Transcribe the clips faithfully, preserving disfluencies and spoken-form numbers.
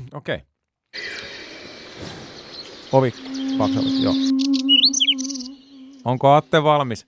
Okei. Okay. Ovi paksaus, joo. Onko Atte valmis?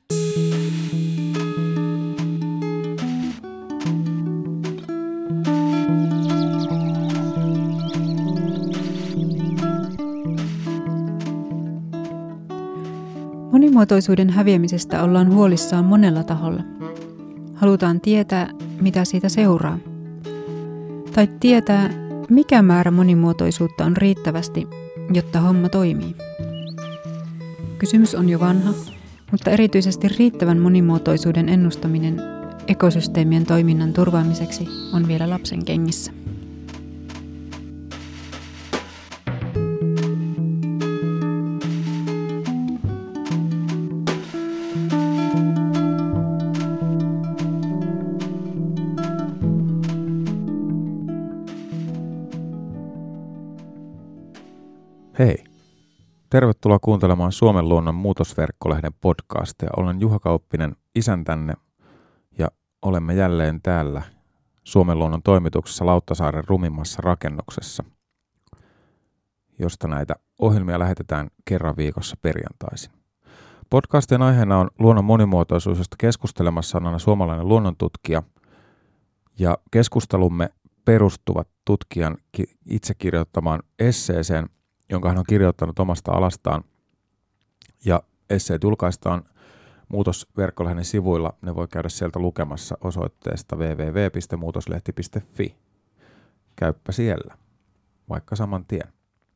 Monimuotoisuuden häviämisestä ollaan huolissaan monella taholla. Halutaan tietää, mitä siitä seuraa. Tai tietää, mikä määrä monimuotoisuutta on riittävästi, jotta homma toimii. Kysymys on jo vanha, mutta erityisesti riittävän monimuotoisuuden ennustaminen ekosysteemien toiminnan turvaamiseksi on vielä lapsen kengissä. Hei! Tervetuloa kuuntelemaan Suomen luonnon muutosverkkolehden podcastia. Olen Juha Kauppinen, isäntänne, ja olemme jälleen täällä Suomen luonnon toimituksessa Lauttasaaren rumimmassa rakennuksessa, josta näitä ohjelmia lähetetään kerran viikossa perjantaisin. Podcastien aiheena on luonnon monimuotoisuus, josta keskustelemassa on aina suomalainen luonnontutkija, ja keskustelumme perustuvat tutkijan itse kirjoittamaan esseeseen, jonka hän on kirjoittanut omasta alastaan, ja esseet julkaistaan Muutosverkkolehden sivuilla. Ne voi käydä sieltä lukemassa osoitteesta double-u double-u double-u piste muutoslehti piste fi. Käyppä siellä, vaikka saman tien.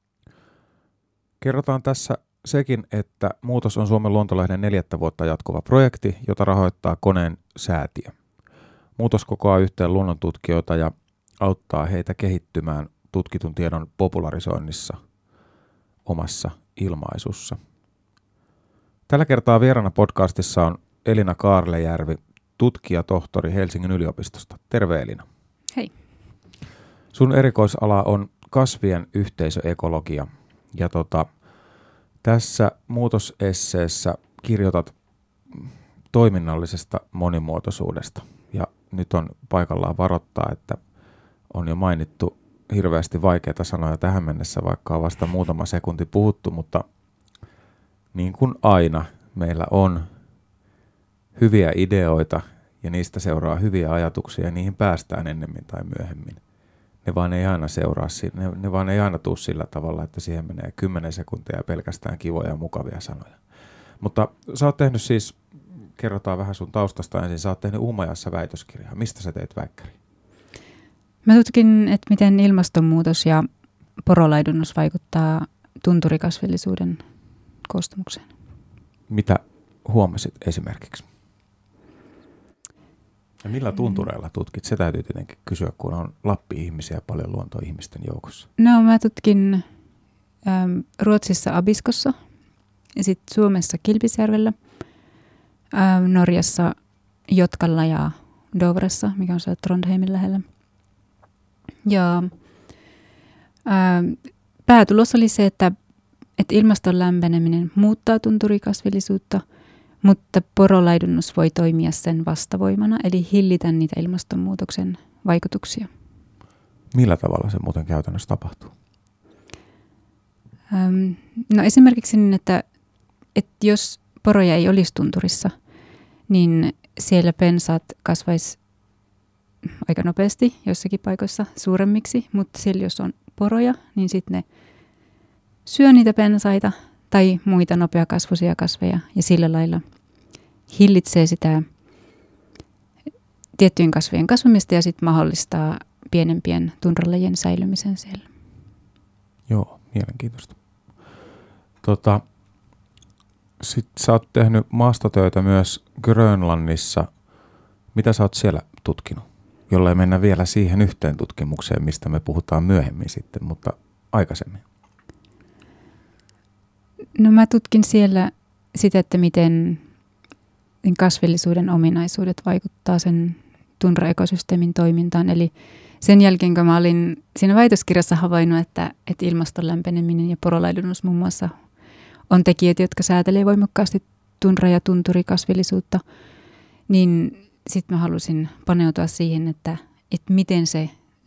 Kerrotaan tässä sekin, että Muutos on Suomen luontolehden neljättä vuotta jatkuva projekti, jota rahoittaa Koneen säätiö. Muutos kokoaa yhteen luonnontutkijoita ja auttaa heitä kehittymään tutkitun tiedon popularisoinnissa omassa ilmaisussa. Tällä kertaa vieraana podcastissa on Elina Kaarlejärvi, tutkijatohtori Helsingin yliopistosta. Terve Elina. Hei. Sun erikoisala on kasvien yhteisöekologia, ja tota, tässä muutosesseessä kirjoitat toiminnallisesta monimuotoisuudesta, ja nyt on paikallaan varoittaa, että on jo mainittu hirveästi vaikeita sanoja tähän mennessä, vaikka on vasta muutama sekunti puhuttu, mutta niin kuin aina meillä on hyviä ideoita ja niistä seuraa hyviä ajatuksia ja niihin päästään ennemmin tai myöhemmin. Ne vaan ei aina seuraa, ne, ne vaan ei aina tule sillä tavalla, että siihen menee kymmenen sekuntia ja pelkästään kivoja ja mukavia sanoja. Mutta sä oot tehnyt siis, kerrotaan vähän sun taustasta ensin, sä oot tehnyt Uumajassa väitöskirjaa. Mistä sä teit väikkäri? Mä tutkin, että miten ilmastonmuutos ja porolaidunnus vaikuttaa tunturikasvillisuuden koostumukseen. Mitä huomasit esimerkiksi? Ja millä tuntureilla tutkit? Se täytyy tietenkin kysyä, kun on Lappi-ihmisiä paljon luontoihmisten joukossa. No mä tutkin ähm, Ruotsissa Abiskossa ja sitten Suomessa Kilpisjärvellä, ähm, Norjassa Jotkalla ja Dovressa, mikä on siellä Trondheimin lähellä. Ja ää, päätulos oli se, että, että ilmaston lämpeneminen muuttaa tunturikasvillisuutta, mutta porolaidunnus voi toimia sen vastavoimana, eli hillitä niitä ilmastonmuutoksen vaikutuksia. Millä tavalla se muuten käytännössä tapahtuu? Ähm, no esimerkiksi niin, että, että jos poroja ei olisi tunturissa, niin siellä pensaat kasvaisi aika nopeasti jossakin paikoissa suuremmiksi, mutta siellä jos on poroja, niin sitten ne syö niitä pensaita tai muita nopeakasvuisia kasveja ja sillä lailla hillitsee sitä tiettyjen kasvien kasvamista ja sitten mahdollistaa pienempien tunralajien säilymisen siellä. Joo, mielenkiintoista. Tota, sitten sä oot tehnyt maastotöitä myös Grönlannissa. Mitä sä oot siellä tutkinut? Jollei mennä vielä siihen yhteen tutkimukseen, mistä me puhutaan myöhemmin sitten, mutta aikaisemmin. No mä tutkin siellä sitä, että miten kasvillisuuden ominaisuudet vaikuttaa sen tunraekosysteemin toimintaan. Eli sen jälkeen, kun mä olin siinä väitöskirjassa havainnut, että, että ilmaston lämpeneminen ja porolaidunnus muun muassa on tekijöitä, jotka säätelee voimakkaasti tunra- ja tunturikasvillisuutta, niin sitten mä halusin paneutua siihen, että, että miten se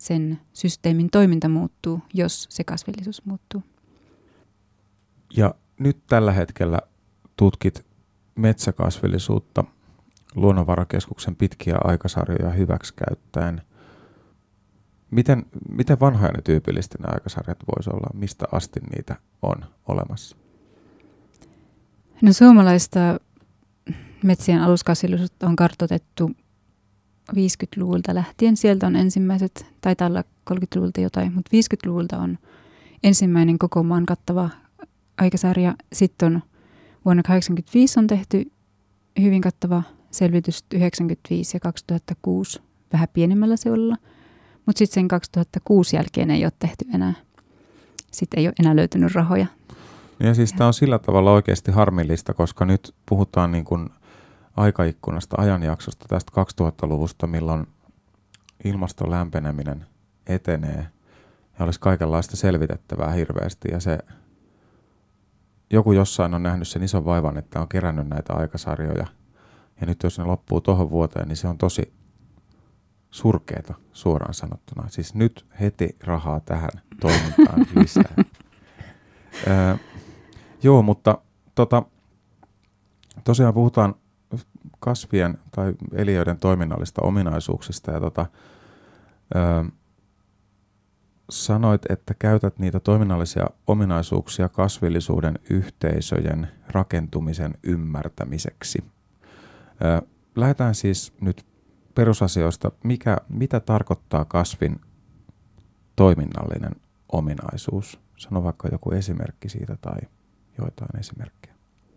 sen systeemin toiminta muuttuu, jos se kasvillisuus muuttuu. Ja nyt tällä hetkellä tutkit metsäkasvillisuutta Luonnonvarakeskuksen pitkiä aikasarjoja hyväksikäyttäen. Miten, miten vanhoja ne tyypillisesti ne aikasarjat voisi olla? Mistä asti niitä on olemassa? No suomalaista metsien aluskasvillisuutta on kartoitettu viisikymmentäluvulta lähtien. Sieltä on ensimmäiset, taitaa olla kolmekymmentäluvulta jotain, mutta viisikymmentäluvulta on ensimmäinen koko maan kattava aikasarja. Sitten on vuonna kahdeksankymmentäviisi on tehty hyvin kattava selvitys, yhdeksänkymmentäviisi ja kaksituhattakuusi vähän pienemmällä seudulla. Mutta sitten sen kaksituhattakuusi jälkeen ei ole tehty enää. Sitten ei ole enää löytynyt rahoja. Ja siis tämä on sillä tavalla oikeasti harmillista, koska nyt puhutaan niin kuin aikaikkunasta, ajanjaksosta tästä kaksituhattaluvusta, milloin ilmaston lämpeneminen etenee ja olisi kaikenlaista selvitettävää hirveästi. Ja se, joku jossain on nähnyt sen ison vaivan, että on kerännyt näitä aikasarjoja. Ja nyt jos ne loppuu tuohon vuoteen, niin se on tosi surkeeta suoraan sanottuna. Siis nyt heti rahaa tähän toimintaan lisää. Öö, joo, mutta tota, tosiaan puhutaan kasvien tai eliöiden toiminnallista ominaisuuksista. Ja tota, öö, sanoit, että käytät niitä toiminnallisia ominaisuuksia kasvillisuuden yhteisöjen rakentumisen ymmärtämiseksi. Öö, lähdetään siis nyt perusasioista, mikä, mitä tarkoittaa kasvin toiminnallinen ominaisuus? Sano vaikka joku esimerkki siitä tai joitain esimerkkejä.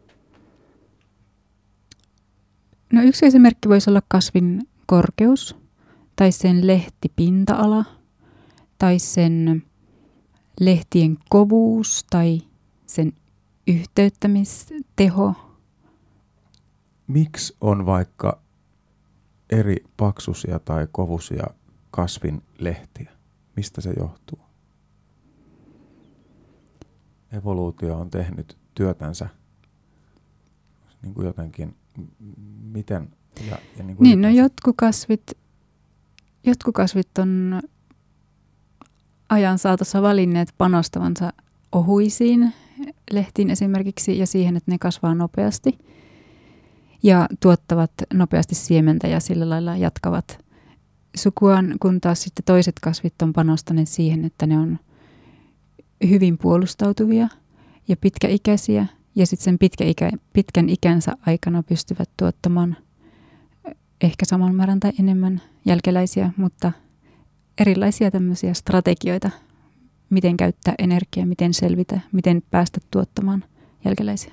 No yksi esimerkki voisi olla kasvin korkeus tai sen lehtipinta-ala tai sen lehtien kovuus tai sen yhteyttämisteho. Miksi on vaikka eri paksuisia tai kovuisia kasvin lehtiä? Mistä se johtuu? Evoluutio on tehnyt työtänsä niin kuin jotenkin, miten? Ja, ja niin, niin no jotkut kasvit, jotkut kasvit on ajan saatossa valinneet panostavansa ohuisiin lehtiin esimerkiksi ja siihen, että ne kasvaa nopeasti ja tuottavat nopeasti siementä ja sillä lailla jatkavat sukuaan, kun taas sitten toiset kasvit on panostaneet siihen, että ne on hyvin puolustautuvia ja pitkäikäisiä ja sitten sen pitkä ikä, pitkän ikänsä aikana pystyvät tuottamaan ehkä saman määrän tai enemmän jälkeläisiä, mutta erilaisia tämmöisiä strategioita, miten käyttää energiaa, miten selvitä, miten päästä tuottamaan jälkeläisiä.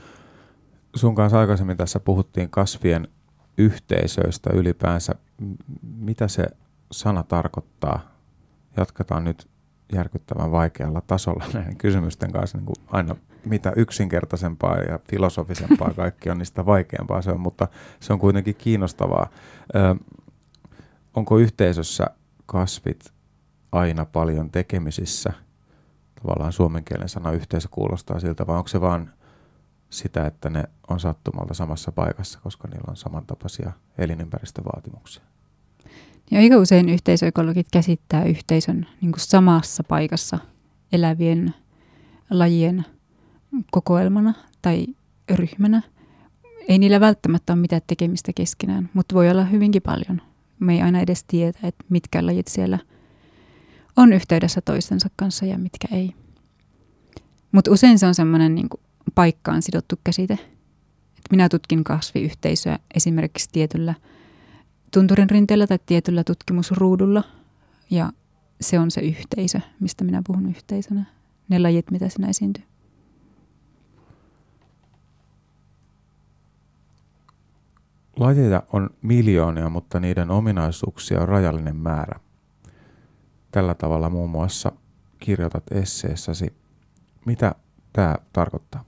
Sun kanssa aikaisemmin tässä puhuttiin kasvien yhteisöistä ylipäänsä. Mitä se sana tarkoittaa? Jatketaan nyt järkyttävän vaikealla tasolla näiden kysymysten kanssa. Niin kuin aina mitä yksinkertaisempaa ja filosofisempaa kaikki on, niin sitä vaikeampaa se on, mutta se on kuitenkin kiinnostavaa. Ö, onko yhteisössä kasvit aina paljon tekemisissä? Tavallaan suomen kielen sana yhteisö kuulostaa siltä, vai onko se vaan sitä, että ne on sattumalta samassa paikassa, koska niillä on samantapaisia elinympäristövaatimuksia? Ja aika usein yhteisöekologit käsittää yhteisön niin kuin samassa paikassa elävien lajien kokoelmana tai ryhmänä. Ei niillä välttämättä ole mitään tekemistä keskenään, mutta voi olla hyvinkin paljon. Me ei aina edes tiedä, että mitkä lajit siellä on yhteydessä toistensa kanssa ja mitkä ei. Mutta usein se on semmoinen niin kuin paikkaan sidottu käsite. Et minä tutkin kasviyhteisöä esimerkiksi tietyllä tunturin rinteellä tai tietyllä tutkimusruudulla. Ja se on se yhteisö, mistä minä puhun yhteisönä. Ne lajit, mitä siinä esiintyy. Lajeja on miljoonia, mutta niiden ominaisuuksia on rajallinen määrä. Tällä tavalla muun muassa kirjoitat esseessäsi. Mitä tämä tarkoittaa?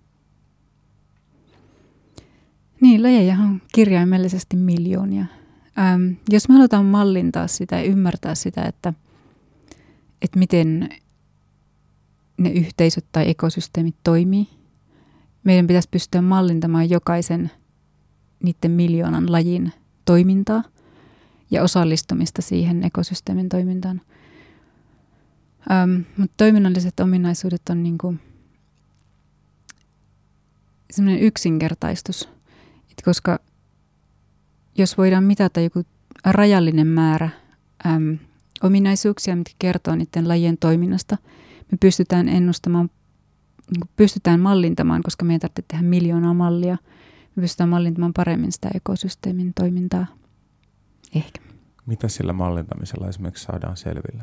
Niin, lajeja on kirjaimellisesti miljoonia. Ähm, jos me halutaan mallintaa sitä ja ymmärtää sitä, että, että miten ne yhteisöt tai ekosysteemit toimii, meidän pitäisi pystyä mallintamaan jokaisen niiden miljoonan lajin toimintaa ja osallistumista siihen ekosysteemin toimintaan. Ähm, mutta toiminnalliset ominaisuudet on niinku semmoinen yksinkertaistus, et koska jos voidaan mitata joku rajallinen määrä äm, ominaisuuksia, mitkä kertoo niiden lajien toiminnasta, me pystytään ennustamaan, niin pystytään mallintamaan, koska me ei tarvitse tehdä miljoonaa mallia, me pystytään mallintamaan paremmin sitä ekosysteemin toimintaa. Ehkä. Mitä sillä mallintamisella esimerkiksi saadaan selville?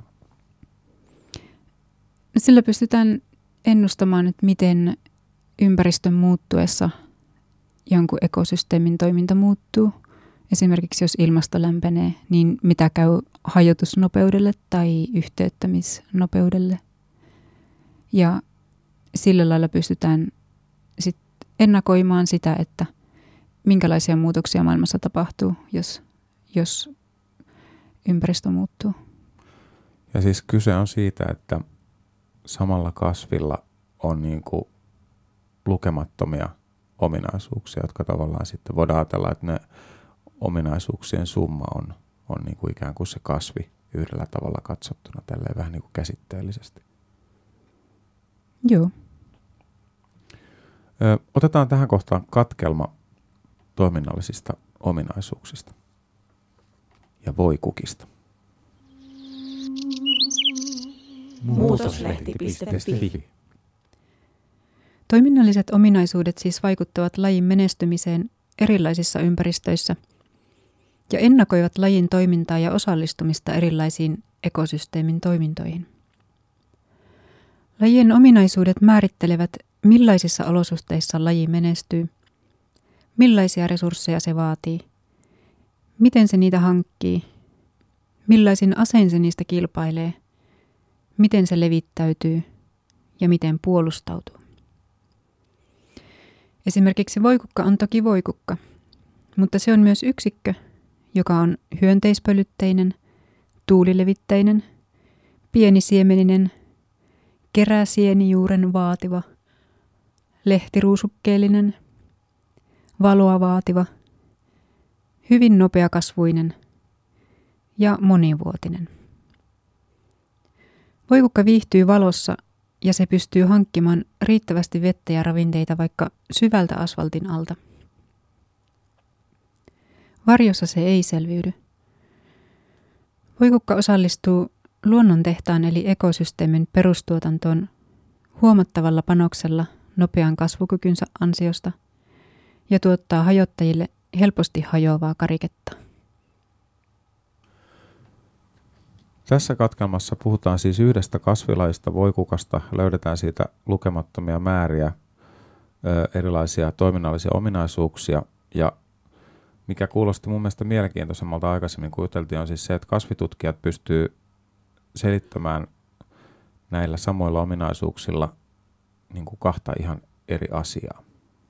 No sillä pystytään ennustamaan, että miten ympäristön muuttuessa jonkun ekosysteemin toiminta muuttuu. Esimerkiksi jos ilmasto lämpenee, niin mitä käy hajotusnopeudelle tai yhteyttämisnopeudelle. Ja sillä lailla pystytään sit ennakoimaan sitä, että minkälaisia muutoksia maailmassa tapahtuu, jos, jos ympäristö muuttuu. Ja siis kyse on siitä, että samalla kasvilla on niin kuin lukemattomia ominaisuuksia, jotka tavallaan sitten voidaan ajatella, että ne ominaisuuksien summa on, on niin kuin ikään kuin se kasvi yhdellä tavalla katsottuna tälleen vähän niin kuin käsitteellisesti. Joo. Ö, otetaan tähän kohtaan katkelma toiminnallisista ominaisuuksista ja voikukista. Muutoslehti piste fi. Toiminnalliset ominaisuudet siis vaikuttavat lajin menestymiseen erilaisissa ympäristöissä ja ennakoivat lajin toimintaa ja osallistumista erilaisiin ekosysteemin toimintoihin. Lajien ominaisuudet määrittelevät, millaisissa olosuhteissa laji menestyy, millaisia resursseja se vaatii, miten se niitä hankkii, millaisin asein se niistä kilpailee, miten se levittäytyy ja miten puolustautuu. Esimerkiksi voikukka on toki voikukka, mutta se on myös yksikkö, joka on hyönteispölytteinen, tuulilevitteinen, pienisiemeninen, keräsienijuuren vaativa, lehtiruusukkeellinen, valoa vaativa, hyvin nopeakasvuinen ja monivuotinen. Voikukka viihtyy valossa ja se pystyy hankkimaan riittävästi vettä ja ravinteita vaikka syvältä asfaltin alta. Varjossa se ei selviydy. Voikukka osallistuu luonnontehtaan eli ekosysteemin perustuotantoon huomattavalla panoksella nopean kasvukykynsä ansiosta ja tuottaa hajottajille helposti hajoavaa kariketta. Tässä katkelmassa puhutaan siis yhdestä kasvilajista voikukasta. Löydetään siitä lukemattomia määriä, ö, erilaisia toiminnallisia ominaisuuksia. Ja mikä kuulosti mun mielestä mielenkiintoisemmalta aikaisemmin, kun juteltiin, on siis se, että kasvitutkijat pystyy selittämään näillä samoilla ominaisuuksilla niin kuin kahta ihan eri asiaa.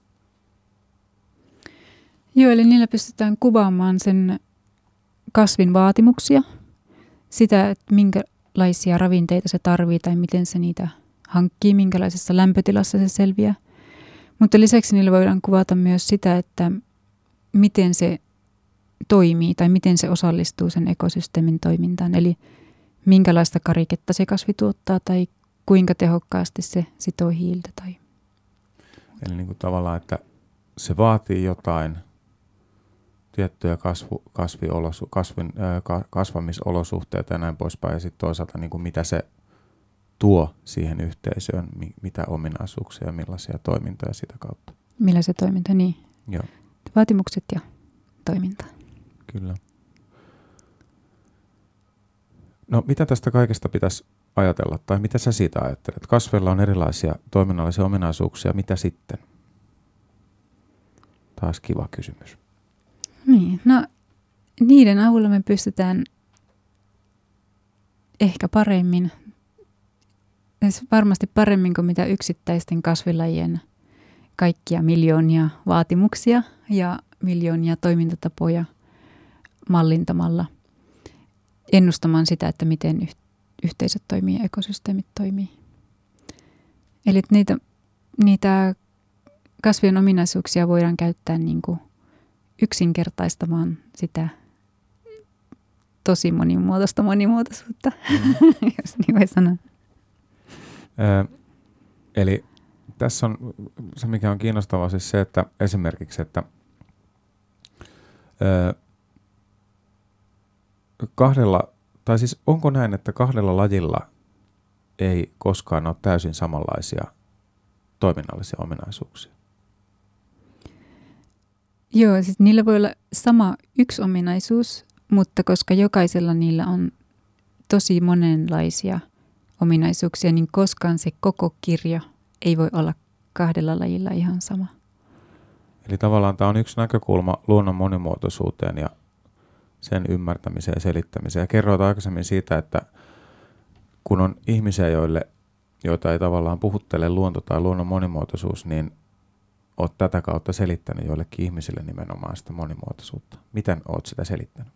Joo, eli niillä pystytään kuvaamaan sen kasvin vaatimuksia, sitä, että minkälaisia ravinteita se tarvitsee tai miten se niitä hankkii, minkälaisessa lämpötilassa se selviää. Mutta lisäksi niillä voidaan kuvata myös sitä, että miten se toimii tai miten se osallistuu sen ekosysteemin toimintaan. Eli minkälaista kariketta se kasvi tuottaa tai kuinka tehokkaasti se sitoo hiiltä. Tai... Eli niin kuin tavallaan, että se vaatii jotain tiettyjä kasvu, kasviolosu, kasvin, äh, kasvamisolosuhteita ja näin poispäin. Ja sitten toisaalta niin kuin mitä se tuo siihen yhteisöön, mi, mitä ominaisuuksia ja millaisia toimintoja sitä kautta. Millä se toiminta, niin. Joo. Vaatimukset ja toiminta. Kyllä. No mitä tästä kaikesta pitäisi ajatella, tai mitä sä siitä ajattelet? Kasveilla on erilaisia toiminnallisia ominaisuuksia, mitä sitten? Taas kiva kysymys. Niin, no niiden avulla me pystytään ehkä paremmin, varmasti paremmin kuin mitä yksittäisten kasvilajien kaikkia miljoonia vaatimuksia ja miljoonia toimintatapoja mallintamalla ennustamaan sitä, että miten yhteisöt toimii ja ekosysteemit toimii. Eli niitä, niitä kasvien ominaisuuksia voidaan käyttää niin kuin yksinkertaistamaan sitä tosi monimuotoista monimuotoisuutta, mm. jos niin voi sanoa. Ö, eli tässä on se, mikä on kiinnostavaa, siis se, että esimerkiksi, että ö, kahdella, tai siis onko näin, että kahdella lajilla ei koskaan ole täysin samanlaisia toiminnallisia ominaisuuksia? Joo, siis niillä voi olla sama yksi ominaisuus, mutta koska jokaisella niillä on tosi monenlaisia ominaisuuksia, niin koskaan se koko kirjo ei voi olla kahdella lajilla ihan sama. Eli tavallaan tämä on yksi näkökulma luonnon monimuotoisuuteen ja sen ymmärtämiseen ja selittämiseen. Ja kerroit aikaisemmin siitä, että kun on ihmisiä, joille, joita ei tavallaan puhuttele luonto tai luonnon monimuotoisuus, niin olet tätä kautta selittänyt joillekin ihmisille nimenomaan sitä monimuotoisuutta. Miten olet sitä selittänyt?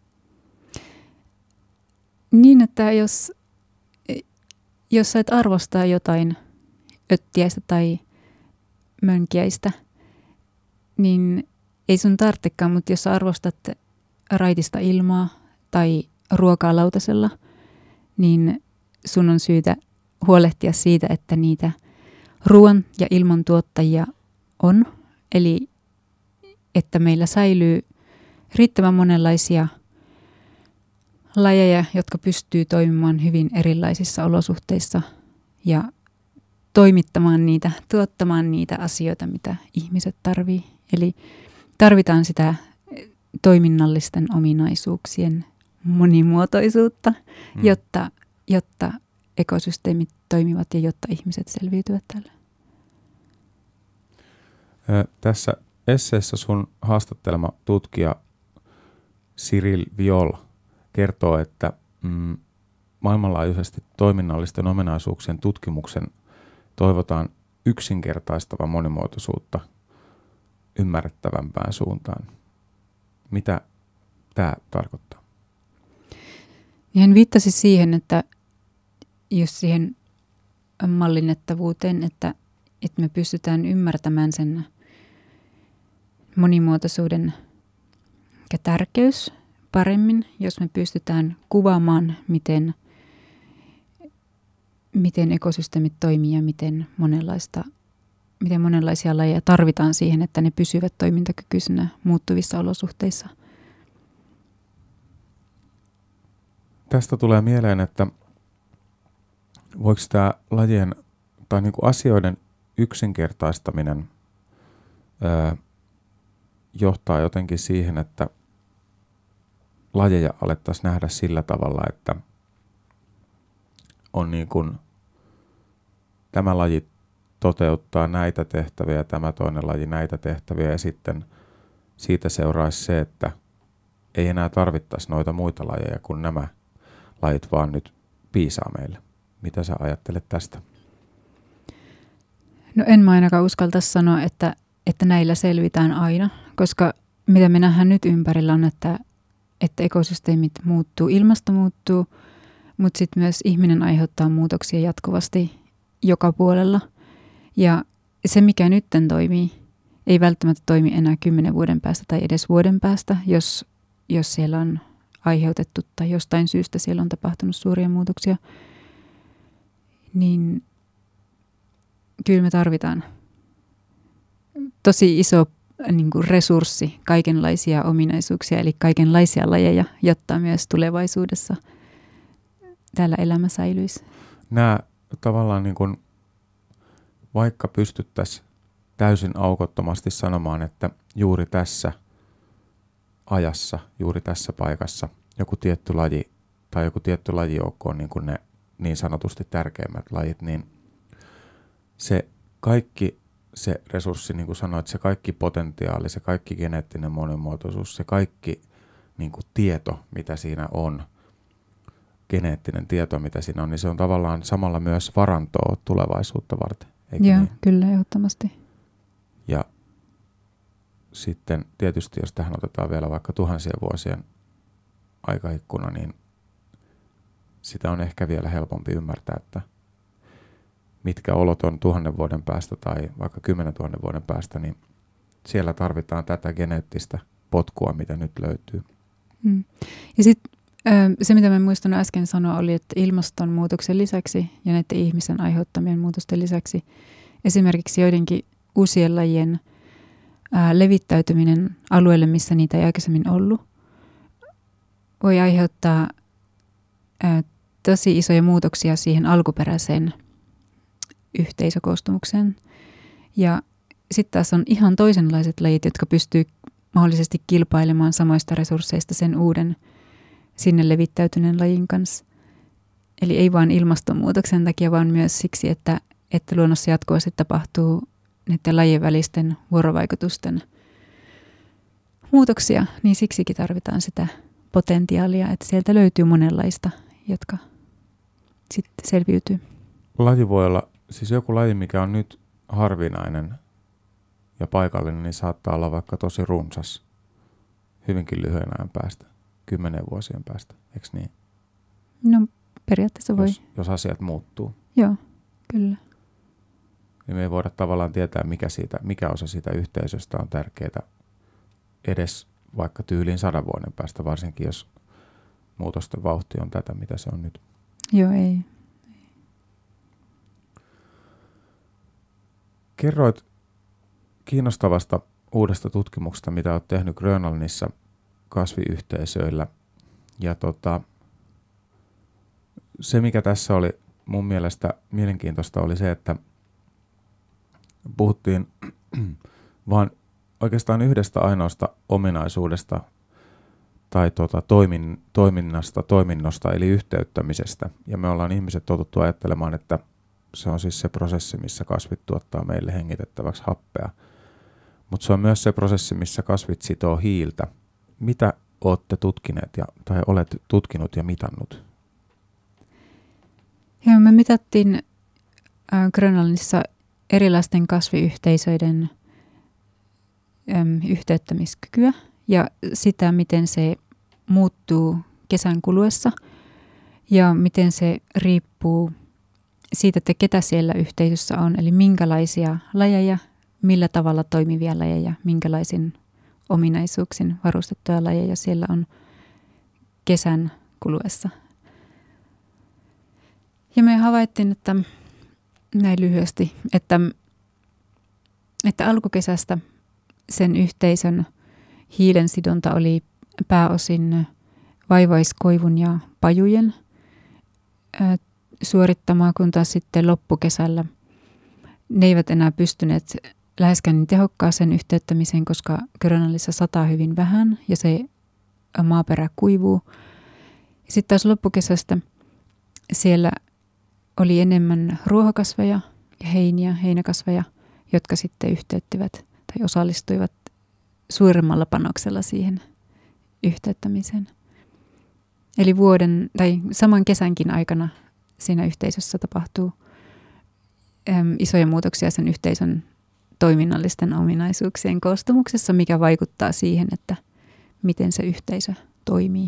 Niin, että jos, jos sä et arvostaa jotain öttiäistä tai mönkiäistä, niin ei sun tarvitsekaan, mutta jos sä arvostat raitista ilmaa tai ruokaa lautasella, niin sun on syytä huolehtia siitä, että niitä ruoan ja ilman tuottajia on. Eli että meillä säilyy riittävän monenlaisia lajeja, jotka pystyy toimimaan hyvin erilaisissa olosuhteissa ja toimittamaan niitä, tuottamaan niitä asioita, mitä ihmiset tarvii. Eli tarvitaan sitä toiminnallisten ominaisuuksien monimuotoisuutta, mm. jotta, jotta ekosysteemit toimivat ja jotta ihmiset selviytyvät tällä. Ö, tässä esseessä sun haastattelema tutkija Cyril Viol kertoo, että mm, maailmanlaajuisesti toiminnallisten ominaisuuksien tutkimuksen toivotaan yksinkertaistavan monimuotoisuutta ymmärrettävämpään suuntaan. Mitä tämä tarkoittaa? Hän viittasi siihen, että jos siihen mallinnettavuuteen, että, että me pystytään ymmärtämään sen monimuotoisuuden tärkeys paremmin, jos me pystytään kuvaamaan, miten, miten ekosysteemit toimii ja miten, monenlaista, miten monenlaisia lajeja tarvitaan siihen, että ne pysyvät toimintakykyisenä muuttuvissa olosuhteissa. Tästä tulee mieleen, että voiko tämä lajien tai niinku asioiden yksinkertaistaminen öö, johtaa jotenkin siihen, että lajeja alettaisiin nähdä sillä tavalla, että on niin kuin tämä laji toteuttaa näitä tehtäviä, tämä toinen laji näitä tehtäviä ja sitten siitä seuraisi se, että ei enää tarvittaisi noita muita lajeja, kun nämä lajit vaan nyt piisaa meille. Mitä sä ajattelet tästä? No en mä ainakaan uskaltaisi sanoa, että, että näillä selvitään aina, koska mitä me nähdään nyt ympärillä on, että, että ekosysteemit muuttuu, ilmasto muuttuu, mutta sitten myös ihminen aiheuttaa muutoksia jatkuvasti joka puolella. Ja se, mikä nytten toimii, ei välttämättä toimi enää kymmenen vuoden päästä tai edes vuoden päästä, jos, jos siellä on aiheutettu tai jostain syystä siellä on tapahtunut suuria muutoksia. Niin kyllä me tarvitaan tosi iso niin kuin resurssi, kaikenlaisia ominaisuuksia, eli kaikenlaisia lajeja, jotta myös tulevaisuudessa täällä elämä säilyisi. Nämä tavallaan niin kuin, vaikka pystyttäisiin täysin aukottomasti sanomaan, että juuri tässä ajassa, juuri tässä paikassa joku tietty laji tai joku tietty lajijoukko on niin kuin ne niin sanotusti tärkeimmät lajit, niin se kaikki se resurssi, niin kuin sanoit, se kaikki potentiaali, se kaikki geneettinen monimuotoisuus, se kaikki niin kuin tieto, mitä siinä on, geneettinen tieto, mitä siinä on, niin se on tavallaan samalla myös varantoa tulevaisuutta varten. Eikö Joo, niin? Kyllä, ehdottomasti. Ja sitten tietysti, jos tähän otetaan vielä vaikka tuhansien vuosien aikaikkuna, niin sitä on ehkä vielä helpompi ymmärtää, että mitkä olot on tuhannen vuoden päästä tai vaikka kymmenen tuhannen vuoden päästä, niin siellä tarvitaan tätä geneettistä potkua, mitä nyt löytyy. Mm. Ja sitten Se, mitä mä muistan äsken sanoa, oli, että ilmastonmuutoksen lisäksi ja näiden ihmisen aiheuttamien muutosten lisäksi esimerkiksi joidenkin uusien lajien ää, levittäytyminen alueelle, missä niitä ei aikaisemmin ollut, voi aiheuttaa ää, tosi isoja muutoksia siihen alkuperäiseen yhteisökoostumukseen. Ja sitten taas on ihan toisenlaiset lajit, jotka pystyy mahdollisesti kilpailemaan samoista resursseista sen uuden sinne levittäytyneen lajin kanssa. Eli ei vain ilmastonmuutoksen takia, vaan myös siksi, että, että luonnossa jatkuvasti tapahtuu näiden lajien välisten vuorovaikutusten muutoksia, niin siksikin tarvitaan sitä potentiaalia, että sieltä löytyy monenlaista, jotka sitten selviytyy. Laji voi olla, siis joku laji, mikä on nyt harvinainen ja paikallinen, niin saattaa olla vaikka tosi runsas hyvinkin lyhyen ajan päästä, kymmenen vuosien päästä, eikö niin? No periaatteessa voi. Jos, jos asiat muuttuu. Joo, kyllä. Niin me ei voida tavallaan tietää, mikä, siitä, mikä osa siitä yhteisöstä on tärkeää edes vaikka tyyliin sadan vuoden päästä, varsinkin jos muutosten vauhti on tätä, mitä se on nyt. Joo, ei. Kerroit kiinnostavasta uudesta tutkimuksesta, mitä olet tehnyt Grönlannissa kasviyhteisöillä. Ja tota, se, mikä tässä oli mun mielestä mielenkiintoista, oli se, että puhuttiin vaan oikeastaan yhdestä ainoasta ominaisuudesta tai tota toimin, toiminnasta, toiminnosta eli yhteyttämisestä. Ja me ollaan ihmiset totuttu ajattelemaan, että se on siis se prosessi, missä kasvit tuottaa meille hengitettäväksi happea. Mutta se on myös se prosessi, missä kasvit sitoo hiiltä. Mitä olette tutkineet ja, tai olet tutkinut ja mitannut? Joo, me mitattiin äh, Grönlannissa erilaisten kasviyhteisöiden äm, yhteyttämiskykyä ja sitä, miten se muuttuu kesän kuluessa ja miten se riippuu siitä, että ketä siellä yhteisössä on, eli minkälaisia lajeja, millä tavalla toimivia lajeja, minkälaisin ominaisuuksin varustettuja lajeja siellä on kesän kuluessa. Ja me havaittiin, että näin lyhyesti, että, että alkukesästä sen yhteisön hiilensidonta oli pääosin vaivaiskoivun ja pajujen ää, suorittamaa, kun taas sitten loppukesällä ne eivät enää pystyneet läheskään niin tehokkaaseen yhteyttämiseen, koska Grönlannissa sataa hyvin vähän ja se maaperä kuivuu. Sitten taas loppukesästä siellä oli enemmän ruohokasveja ja heiniä, heinäkasveja, jotka sitten yhteyttivät tai osallistuivat suuremmalla panoksella siihen yhteyttämiseen. Eli vuoden tai saman kesänkin aikana siinä yhteisössä tapahtuu äm, isoja muutoksia sen yhteisön toiminnallisten ominaisuuksien koostumuksessa, mikä vaikuttaa siihen, että miten se yhteisö toimii.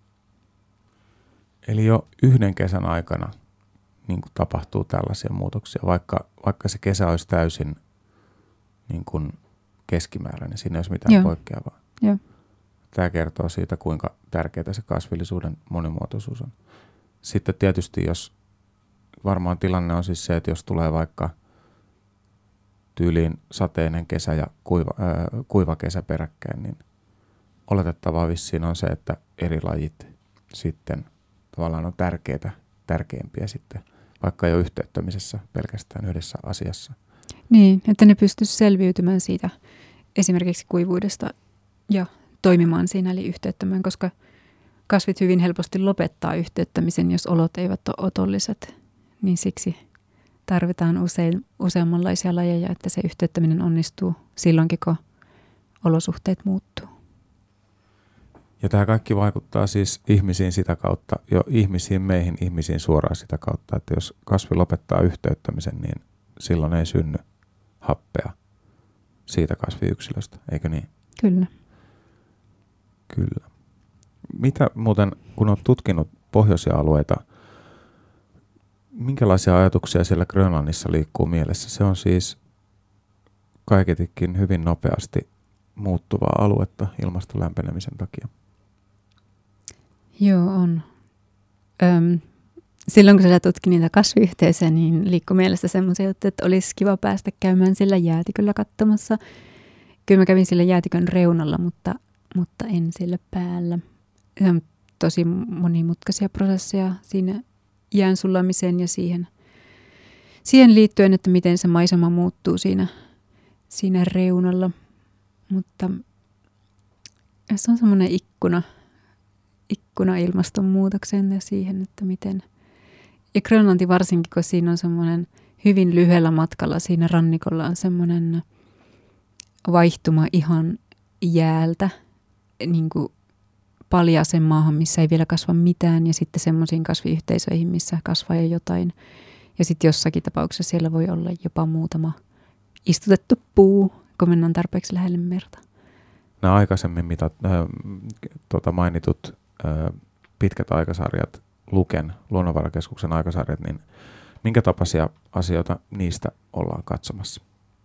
Eli jo yhden kesän aikana niin kuin tapahtuu tällaisia muutoksia, vaikka, vaikka se kesä olisi täysin niin kuin keskimääräinen, siinä ei olisi mitään Joo. poikkeavaa. Joo. Tämä kertoo siitä, kuinka tärkeää se kasvillisuuden monimuotoisuus on. Sitten tietysti, jos varmaan tilanne on siis se, että jos tulee vaikka tyyliin sateinen kesä ja kuiva, ää, kuiva kesä peräkkäin, niin oletettavaa vissiin on se, että eri lajit sitten tavallaan on tärkeitä, tärkeimpiä sitten, vaikka jo yhteyttämisessä pelkästään yhdessä asiassa. Niin, että ne pystyisivät selviytymään siitä esimerkiksi kuivuudesta ja toimimaan siinä, eli yhteyttämään, koska kasvit hyvin helposti lopettaa yhteyttämisen, jos olot eivät ole otolliset, niin siksi tarvitaan usein, useammanlaisia lajeja, että se yhteyttäminen onnistuu silloinkin, kun olosuhteet muuttuu. Ja tämä kaikki vaikuttaa siis ihmisiin sitä kautta, jo ihmisiin meihin, ihmisiin suoraan sitä kautta, että jos kasvi lopettaa yhteyttämisen, niin silloin ei synny happea siitä kasviyksilöstä, eikö niin? Kyllä. Kyllä. Mitä muuten, kun olet tutkinut pohjoisia alueita, minkälaisia ajatuksia siellä Grönlannissa liikkuu mielessä? Se on siis kaiketikin hyvin nopeasti muuttuvaa aluetta ilmaston lämpenemisen takia. Joo, on. Öm, silloin kun sä tutkin niitä kasviyhteisöjä, niin liikkui mielestä semmoisia, että olisi kiva päästä käymään sillä jäätiköllä katsomassa. Kyllä mä kävin sillä jäätikön reunalla, mutta, mutta en sillä päällä. Se on tosi monimutkaisia prosesseja siinä jään sulamiseen ja siihen, siihen liittyen, että miten se maisema muuttuu siinä, siinä reunalla. Mutta se on semmoinen ikkuna, ikkuna ilmastonmuutokseen ja siihen, että miten. Ja Grönlanti varsinkin, kun siinä on semmoinen hyvin lyhyellä matkalla siinä rannikolla on semmoinen vaihtuma ihan jäältä niin kuin paljaaseen maahan, missä ei vielä kasva mitään, ja sitten semmoisiin kasviyhteisöihin, missä kasvaa jo jotain. Ja sitten jossakin tapauksessa siellä voi olla jopa muutama istutettu puu, kun mennään tarpeeksi lähelle merta. Nämä aikaisemmin mitä, äh, tuota mainitut äh, pitkät aikasarjat, Luken, Luonnonvarakeskuksen aikasarjat, niin minkä tapaisia asioita niistä ollaan katsomassa?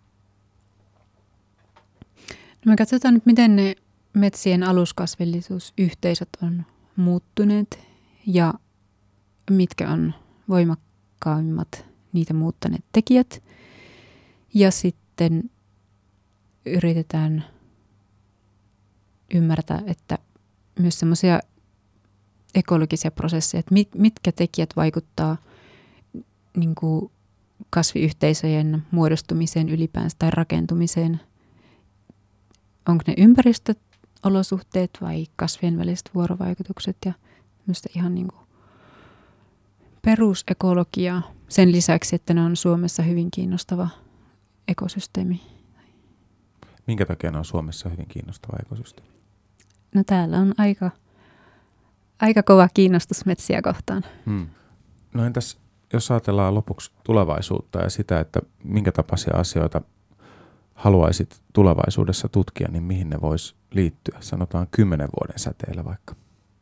No me katsotaan nyt, miten ne metsien aluskasvillisuusyhteisöt on muuttuneet ja mitkä on voimakkaimmat niitä muuttaneet tekijät. Ja sitten yritetään ymmärtää, että myös semmoisia ekologisia prosesseja, että mitkä tekijät vaikuttaa niin kuin kasviyhteisöjen muodostumiseen ylipäänsä tai rakentumiseen. Onko ne ympäristöolosuhteet vai kasvien väliset vuorovaikutukset ja ihan niin kuin perusekologia sen lisäksi, että ne on Suomessa hyvin kiinnostava ekosysteemi. Minkä takia ne on Suomessa hyvin kiinnostava ekosysteemi? No täällä on aika, aika kova kiinnostus metsiä kohtaan. Hmm. No entäs jos ajatellaan lopuksi tulevaisuutta ja sitä, että minkä tapaisia asioita haluaisit tulevaisuudessa tutkia, niin mihin ne vois liittyä? Sanotaan kymmenen vuoden säteellä vaikka.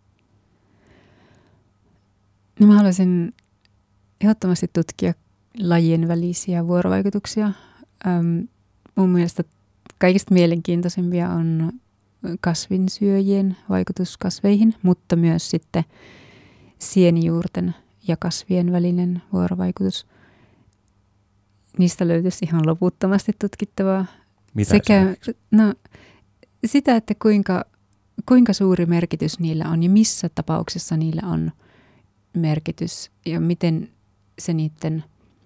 No mä haluaisin ehdottomasti tutkia lajien välisiä vuorovaikutuksia. Öm, mun mielestä kaikista mielenkiintoisimpia on kasvinsyöjien vaikutus kasveihin, mutta myös sitten sienijuurten ja kasvien välinen vuorovaikutus. Niistä löytyisi ihan loputtomasti tutkittavaa. Mitä Sekä, no, sitä, että kuinka, kuinka suuri merkitys niillä on ja missä tapauksessa niillä on merkitys ja miten se niiden,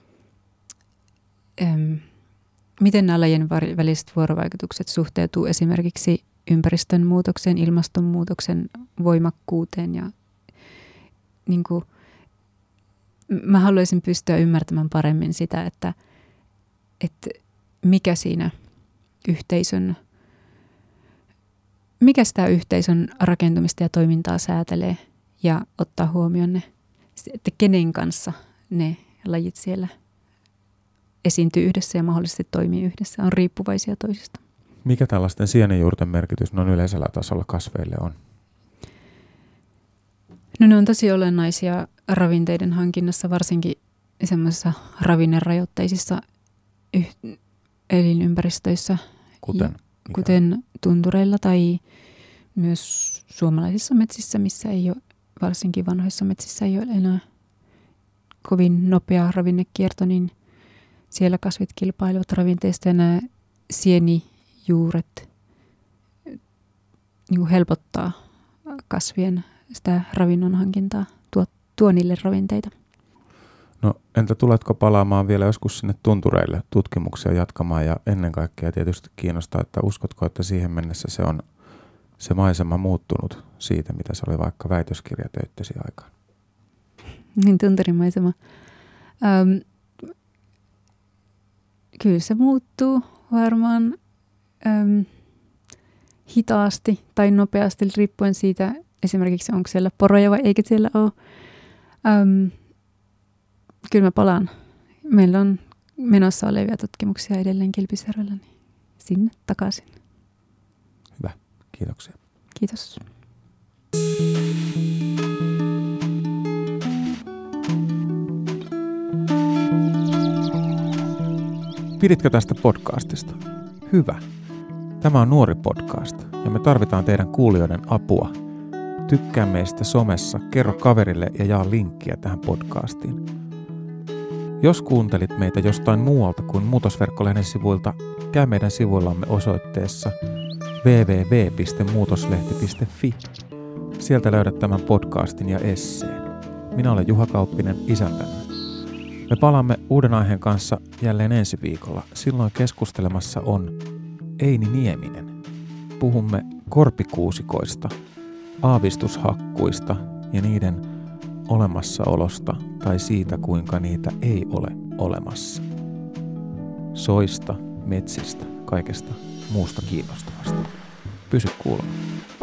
äm, miten nämä lajien väliset vuorovaikutukset suhteutuu esimerkiksi ympäristön muutokseen, ilmastonmuutoksen voimakkuuteen ja niin kuin, mä haluaisin pystyä ymmärtämään paremmin sitä, että, että mikä siinä yhteisön, mikä sitä yhteisön rakentumista ja toimintaa säätelee ja ottaa huomioon ne, että kenen kanssa ne lajit siellä esiintyy yhdessä ja mahdollisesti toimii yhdessä, on riippuvaisia toisista. Mikä tällaisten sienijuurten merkitys noin yleisellä tasolla kasveille on? No ne on tosi olennaisia ravinteiden hankinnassa, varsinkin semmoisissa ravinnerajoitteisissa yh- elinympäristöissä, Kuten, kuten tuntureilla tai myös suomalaisissa metsissä, missä ei ole, varsinkin vanhoissa metsissä ei ole enää kovin nopea ravinnekierto, niin siellä kasvit kilpailevat ravinteista ja nämä sienijuuret niin kuin helpottaa kasvien sitä ravinnon hankintaa, tuo, tuo niille ravinteita. No entä tuletko palaamaan vielä joskus sinne tuntureille tutkimuksia jatkamaan ja ennen kaikkea tietysti kiinnostaa, että uskotko, että siihen mennessä se on se maisema muuttunut siitä, mitä se oli vaikka väitöskirjatöittesi aikaan? Niin tunturimaisema. Ähm, kyllä se muuttuu varmaan ähm, hitaasti tai nopeasti riippuen siitä, esimerkiksi onko siellä poroja vai eikö siellä ole. Ähm, kyllä mä palaan. Meillä on menossa olevia tutkimuksia edelleen Kilpisjärvellä, niin sinne takaisin. Hyvä, kiitoksia. Kiitos. Piditkö tästä podcastista? Hyvä. Tämä on nuori podcast ja me tarvitaan teidän kuulijoiden apua Tykkää meistä somessa, kerro kaverille ja jaa linkkiä tähän podcastiin. Jos kuuntelit meitä jostain muualta kuin Muutosverkkolehden sivuilta, käy meidän sivuillamme osoitteessa double-u double-u double-u piste muutoslehti piste fi. Sieltä löydät tämän podcastin ja esseen. Minä olen Juha Kauppinen, isäntänne. Me palaamme uuden aiheen kanssa jälleen ensi viikolla. Silloin keskustelemassa on Eini Nieminen. Puhumme korpikuusikoista, aavistushakkuista ja niiden olemassaolosta tai siitä, kuinka niitä ei ole olemassa. Soista, metsistä, kaikesta muusta kiinnostavasta. Pysy kuulolla.